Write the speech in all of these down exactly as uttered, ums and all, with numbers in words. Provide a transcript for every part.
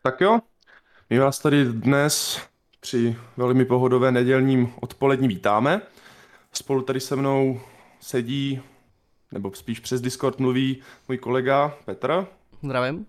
Tak jo, my vás tady dnes při velmi pohodové nedělním odpolední vítáme. Spolu tady se mnou sedí, nebo spíš přes Discord mluví můj kolega Petr. Zdravím.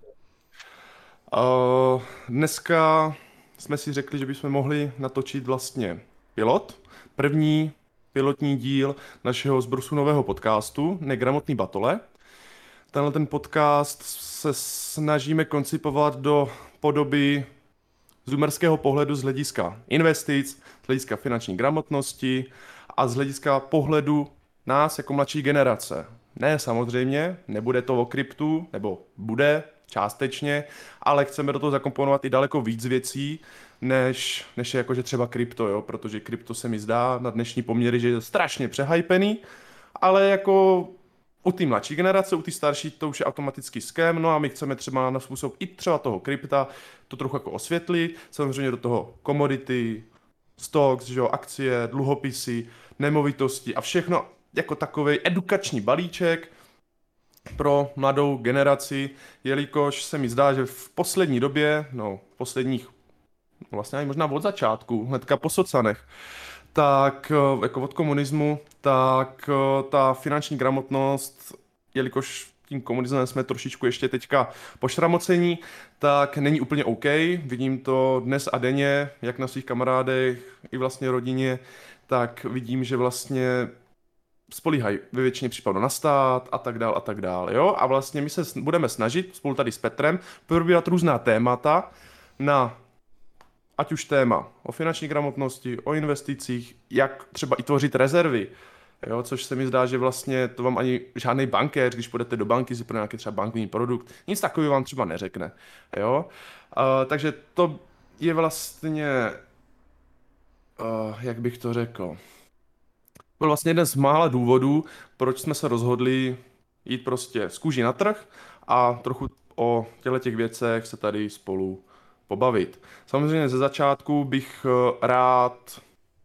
Uh, dneska jsme si řekli, že bychom mohli natočit vlastně pilot. První pilotní díl našeho zbrusu nového podcastu Negramotný batole. Tenhle ten podcast se snažíme koncipovat do podoby zoomerského pohledu z hlediska investic, z hlediska finanční gramotnosti a z hlediska pohledu nás jako mladší generace. Ne, samozřejmě, nebude to o kryptu, nebo bude částečně, ale chceme do toho zakomponovat i daleko víc věcí, než, než je jakože třeba krypto, jo? Protože krypto se mi zdá na dnešní poměry, že je strašně přehypený, ale jako u té mladší generace, u té starší to už je automaticky scam, no a my chceme třeba na způsob i třeba toho krypta to trochu jako osvětlit, samozřejmě do toho komodity, stocks, že jo, akcie, dluhopisy, nemovitosti a všechno jako takový edukační balíček pro mladou generaci, jelikož se mi zdá, že v poslední době, no v posledních, no vlastně ani možná od začátku, hnedka po socanech, tak eh, jako od komunismu, tak eh, ta finanční gramotnost, jelikož tím komunismem jsme trošičku ještě teďka pošramocení, tak není úplně OK. Vidím to dnes a denně, jak na svých kamarádech, i vlastně rodině, tak vidím, že vlastně spolíhají ve většině případů na stát a tak dál a tak dál, jo? A vlastně my se s- budeme snažit spolu tady s Petrem probírat různá témata na ať už téma o finanční gramotnosti, o investicích, jak třeba i tvořit rezervy, jo, což se mi zdá, že vlastně to vám ani žádný bankéř, když půjdete do banky si pro nějaký třeba bankovní produkt, nic takového vám třeba neřekne, jo. Uh, takže to je vlastně, uh, jak bych to řekl, byl vlastně jeden z mála důvodů, proč jsme se rozhodli jít prostě z kůží na trh a trochu o těchto těch věcech se tady spolu pobavit. Samozřejmě ze začátku bych eh, rád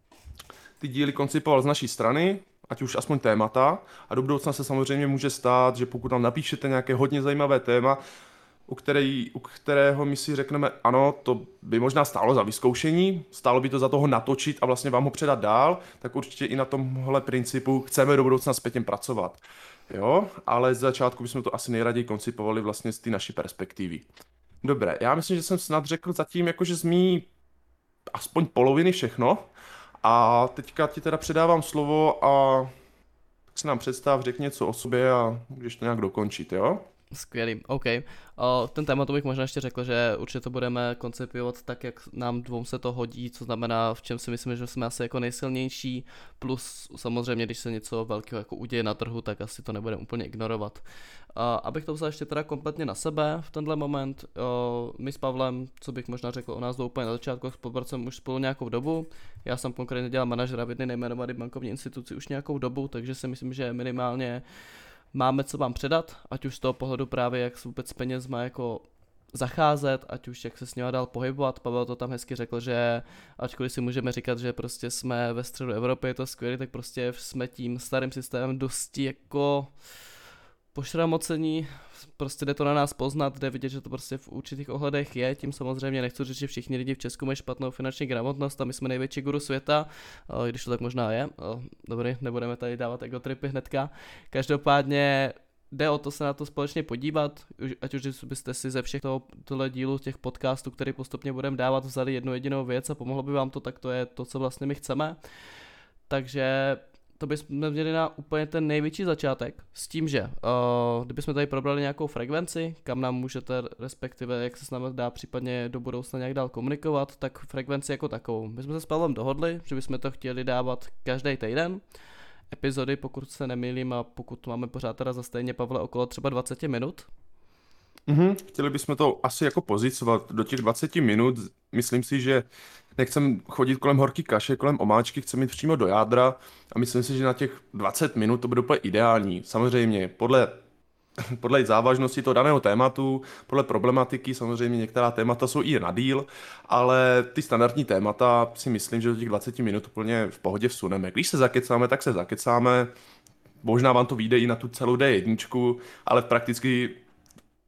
ty díly koncipoval z naší strany, ať už aspoň témata, a do budoucna se samozřejmě může stát, že pokud nám napíšete nějaké hodně zajímavé téma, u, který, u kterého my si řekneme, ano, to by možná stálo za vyzkoušení, stálo by to za toho natočit a vlastně vám ho předat dál, tak určitě i na tomhle principu chceme do budoucna s Petěm pracovat. Jo, ale z začátku bychom to asi nejraději koncipovali vlastně z té naší perspektivy. Dobré, já myslím, že jsem snad řekl zatím jakože z mý aspoň poloviny všechno a teďka ti teda předávám slovo a tak se nám představ, řekni něco o sobě a můžeš to nějak dokončit, jo? Skvělý, OK. O, ten téma to bych možná ještě řekl, že určitě to budeme koncipovat tak, jak nám dvou se to hodí, co znamená, v čem si myslím, že jsme asi jako nejsilnější, plus samozřejmě, když se něco velkého jako uděje na trhu, tak asi to nebudeme úplně ignorovat. A abych to vzal ještě teda kompletně na sebe v tenhle moment, o, my s Pavlem, co bych možná řekl o nás dvou úplně na začátku, spolupracujeme už spolu nějakou dobu. Já jsem konkrétně dělal manažera v jedné nejmenované bankovní instituci už nějakou dobu, takže si myslím, že minimálně máme co vám předat, ať už z toho pohledu právě jak vůbec s penězma jako zacházet, ať už jak se s nimi dál pohybovat. Pavel to tam hezky řekl, že ačkoliv si můžeme říkat, že prostě jsme ve středu Evropy, je to skvělé, tak prostě jsme tím starým systémem dosti jako pošramocení, prostě jde to na nás poznat, jde vidět, že to prostě v určitých ohledech je, tím samozřejmě nechci říct, že všichni lidi v Česku mají špatnou finanční gramotnost a my jsme největší guru světa, i když to tak možná je, dobrý, nebudeme tady dávat egotripy hnedka, každopádně jde o to se na to společně podívat, ať už byste si ze všech toho, tohle dílu těch podcastů, který postupně budeme dávat, vzali jednu jedinou věc a pomohlo by vám to, tak to je to, co vlastně my chceme, takže to bychom měli na úplně ten největší začátek s tím, že uh, kdybychom tady probrali nějakou frekvenci, kam nám můžete, respektive jak se s námi dá případně do budoucna nějak dál komunikovat, tak frekvenci jako takovou. My jsme se s Pavlem dohodli, že bychom to chtěli dávat každý týden, epizody, pokud se nemýlím a pokud máme pořád teda za stejně Pavle okolo třeba dvacet minut. Mhm. Chtěli bychom to asi jako pozicovat do těch dvaceti minut. Myslím si, že nechcem chodit kolem horký kaše, kolem omáčky, chceme jít přímo do jádra a myslím si, že na těch dvacet minut to bude úplně ideální. Samozřejmě podle, podle závažnosti toho daného tématu, podle problematiky, samozřejmě některá témata jsou i na díl, ale ty standardní témata si myslím, že do těch dvaceti minut úplně v pohodě vsuneme. Když se zakecáme, tak se zakecáme. Možná vám to vyjde i na tu celou D jedna, ale prakticky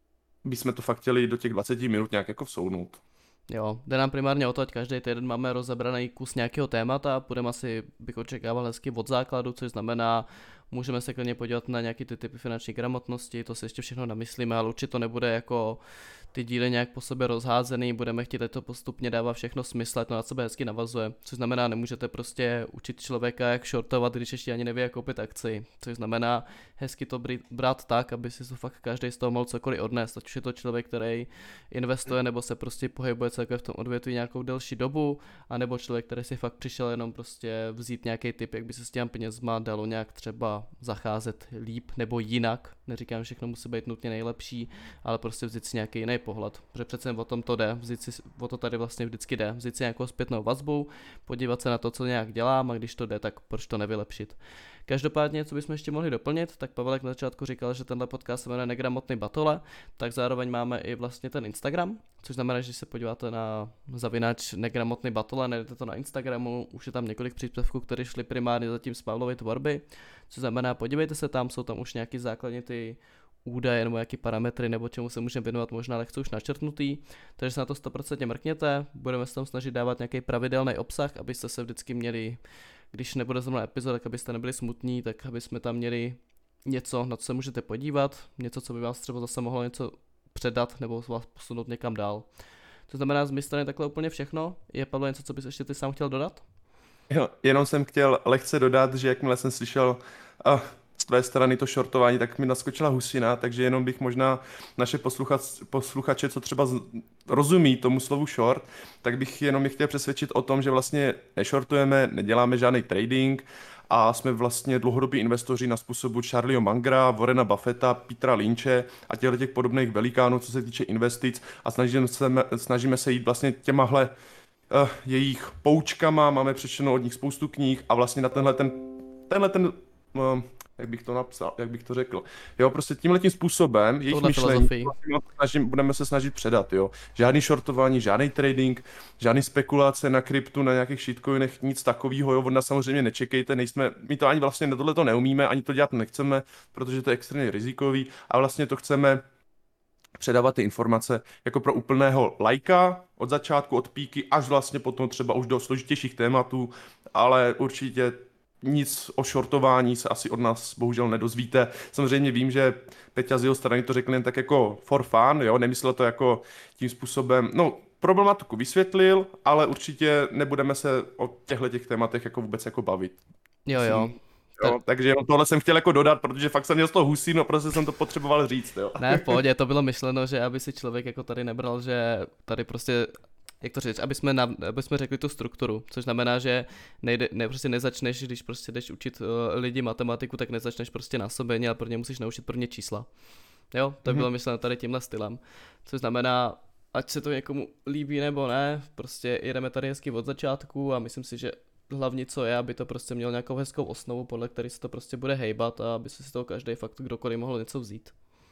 bychom to fakt chtěli do těch dvacet minut nějak jako vsounout. Jo, jde nám primárně o to, ať každý týden máme rozebraný kus nějakého témata, půjdeme asi, bych očekával, hezky od základu, což znamená, můžeme se klidně podívat na nějaký ty typy finanční gramotnosti, to si ještě všechno namyslíme, ale určitě to nebude jako ty díly nějak po sobě rozházený, budeme chtít, ať to postupně dává všechno smysl, to na sebe hezky navazuje, což znamená, nemůžete prostě učit člověka, jak shortovat, když ještě ani neví, jak koupit akci, což znamená hezky to brát tak, aby si to fakt každý z toho mohl cokoliv odnést, ať už je to člověk, který investuje nebo se prostě pohybuje celkově v tom odvětví nějakou delší dobu, anebo člověk, který si fakt přišel jenom prostě vzít nějaký tip, jak by se s těm penězma dalo nějak třeba zacházet líp nebo jinak, neříkám, že všechno musí být nutně nejlepší, ale prostě vzít si nějaký jiný pohled, protože přece o tom to jde, vzít si, o to tady vlastně vždycky jde, vzít si nějakou zpětnou vazbu, podívat se na to, co nějak dělám a když to jde, tak proč to nevylepšit. Každopádně, co bychom ještě mohli doplnit, tak Pavelek na začátku říkal, že tenhle podcast se jmenuje Negramotný batole, tak zároveň máme i vlastně ten Instagram, což znamená, že když se podíváte na zavináč Negramotný batole, najdete to na Instagramu, už je tam několik příspěvků, které šly primárně zatím z Pavlovy tvorby, což znamená, podívejte se tam, jsou tam už nějaký základní ty údaje nebo jaký parametry nebo čemu se můžeme věnovat, možná lehce už načrtnutý, takže se na to sto procent mrkněte, budeme se tam snažit dávat nějaký pravidelný obsah, abyste se vždycky měli, když nebude zrovna epizoda, tak abyste nebyli smutní, tak aby jsme tam měli něco, na co se můžete podívat, něco, co by vás třeba zase mohlo něco předat nebo vás posunout někam dál. To znamená, z mé strany takhle úplně všechno. Je, Pavlo, něco, co bys ještě ty sám chtěl dodat? Jo, jenom jsem chtěl lehce dodat, že jakmile jsem slyšel uh, z tvé strany to shortování, tak mi naskočila husina, takže jenom bych možná naše posluchač, posluchače, co třeba z, rozumí tomu slovu short, tak bych jenom je chtěl přesvědčit o tom, že vlastně neshortujeme, neděláme žádný trading a jsme vlastně dlouhodobí investoři na způsobu Charlieho Mangera, Warrena Buffetta, Petera Lynche a těchto těch podobných velikánů, co se týče investic a snažíme se, snažíme se jít vlastně těmahle uh, jejich poučkama, máme přečteno od nich spoustu knih a vlastně na tenhle ten, tenhle ten uh, jak bych to napsal, jak bych to řekl. Jo, prostě tímhletím způsobem jejich Tohle myšlení snažím, budeme se snažit předat, jo. Žádný shortování, žádný trading, žádný spekulace na kryptu, na nějakých shitcoinech, nic takového, jo, od nás samozřejmě nečekejte, nejsme, my to ani vlastně na tohle to neumíme, ani to dělat nechceme, protože to je extrémně rizikový a vlastně to chceme předávat ty informace jako pro úplného lajka od začátku, od píky, až vlastně potom třeba už do složitějších tématů, ale určitě nic o shortování se asi od nás bohužel nedozvíte. Samozřejmě vím, že Peťa z jeho strany to řekl jen tak jako for fun, jo, nemyslel to jako tím způsobem, no problematiku vysvětlil, ale určitě nebudeme se o těchto těch tématech jako vůbec jako bavit. Jo, jo. Jo, takže jenom tohle jsem chtěl jako dodat, protože fakt jsem měl z toho husíno, protože jsem to potřeboval říct, jo. Ne, v pohodě, to bylo myšleno, že aby si člověk jako tady nebral, že tady prostě, jak to říct, aby jsme, na, aby jsme řekli tu strukturu, což znamená, že nejde, ne, prostě nezačneš, když prostě jdeš učit uh, lidi matematiku, tak nezačneš prostě násobeně, ale prvně musíš naučit prvně čísla. Jo, to mm-hmm. bylo myšleno tady tímhle stylem, což znamená, ať se to někomu líbí nebo ne, prostě jedeme tady hezky od začátku a myslím si, že hlavní co je, aby to prostě mělo nějakou hezkou osnovu, podle které se to prostě bude hejbat a aby se z toho každý fakt kdokoliv mohl něco vzít.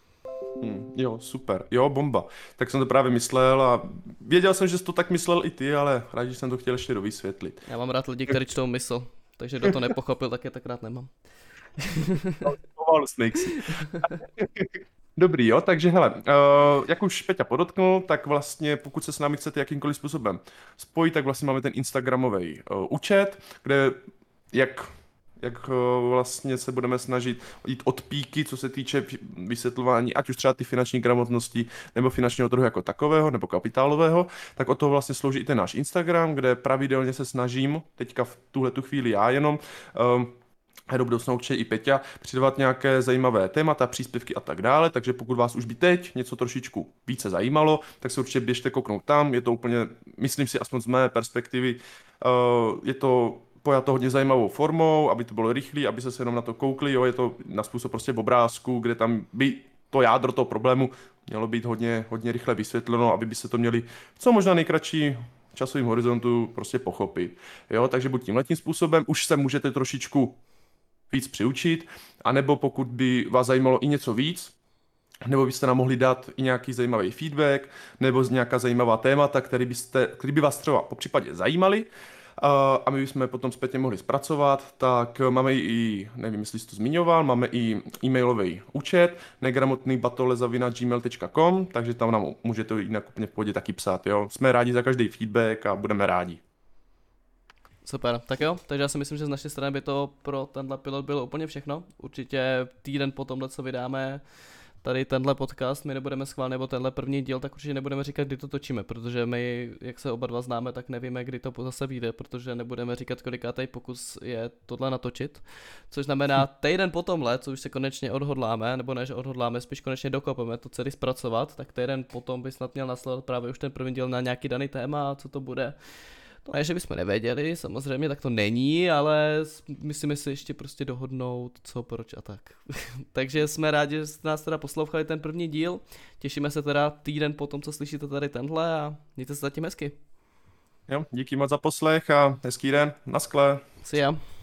Hmm, jo, super. Jo, bomba. Tak jsem to právě myslel a věděl jsem, že jsi to tak myslel i ty, ale rád, že jsem to chtěl ještě dovysvětlit. Já mám rád lidi, kteří čtou mysl, takže kdo to nepochopil, tak je tak rád nemám. Dobrý, jo, takže hele, uh, jak už Peťa podotknul, tak vlastně pokud se s námi chcete jakýmkoliv způsobem spojit, tak vlastně máme ten instagramový uh, účet, kde jak, jak uh, vlastně se budeme snažit jít od píky, co se týče vysvětlování, ať už třeba ty finanční gramotnosti, nebo finančního trhu jako takového, nebo kapitálového, tak od toho vlastně slouží i ten náš Instagram, kde pravidelně se snažím, teďka v tuhletu chvíli já jenom, uh, a do budoucna určitě i Peťa, přidávat nějaké zajímavé témata, příspěvky a tak dále, takže pokud vás už by teď něco trošičku více zajímalo, tak se určitě běžte kouknout tam, je to úplně, myslím si, aspoň z mé perspektivy, uh, je to pojato hodně zajímavou formou, aby to bylo rychlé, aby se jenom na to koukli, jo, je to na způsob prostě v obrázku, kde tam by to jádro toho problému mělo být hodně, hodně rychle vysvětleno, aby by se to měli co možná nejkratší časovým horizontu prostě pochopit, jo, takže buď tímhletím způsobem už se můžete trošičku víc přiučit, anebo pokud by vás zajímalo i něco víc, nebo byste nám mohli dát i nějaký zajímavý feedback, nebo z nějaká zajímavá témata, který, byste, který by vás třeba po případě zajímali, a my bychom je potom zpětně mohli zpracovat, tak máme i, nevím, jestli jsi to zmiňoval, máme i e-mailový účet negramotný batole zavináč gmail tečka com, takže tam nám můžete jinak úplně v pohodě taky psát, jo. Jsme rádi za každý feedback a budeme rádi. Super, tak jo, takže já si myslím, že z naší strany by to pro tenhle pilot bylo úplně všechno. Určitě týden po tomhle, co vydáme tady tenhle podcast, my nebudeme schválně, nebo tenhle první díl, tak určitě nebudeme říkat, kdy to točíme, protože my, jak se oba dva známe, tak nevíme, kdy to zase vyjde, protože nebudeme říkat, kolikátej pokus je tohle natočit. Což znamená týden po tomhle, co už se konečně odhodláme, nebo ne, že odhodláme, spíš konečně dokopeme to celý zpracovat, tak týden potom by snad měl nasledovat právě už ten první díl na nějaký daný téma, co to bude. To ne, že bychom nevěděli, samozřejmě tak to není, ale musíme si ještě prostě dohodnout, co, proč a tak. Takže jsme rádi, že jste nás teda poslouchali ten první díl. Těšíme se teda týden po tom, co slyšíte tady tenhle a mějte se zatím hezky. Jo, díky moc za poslech a hezký den, naschle. See ya.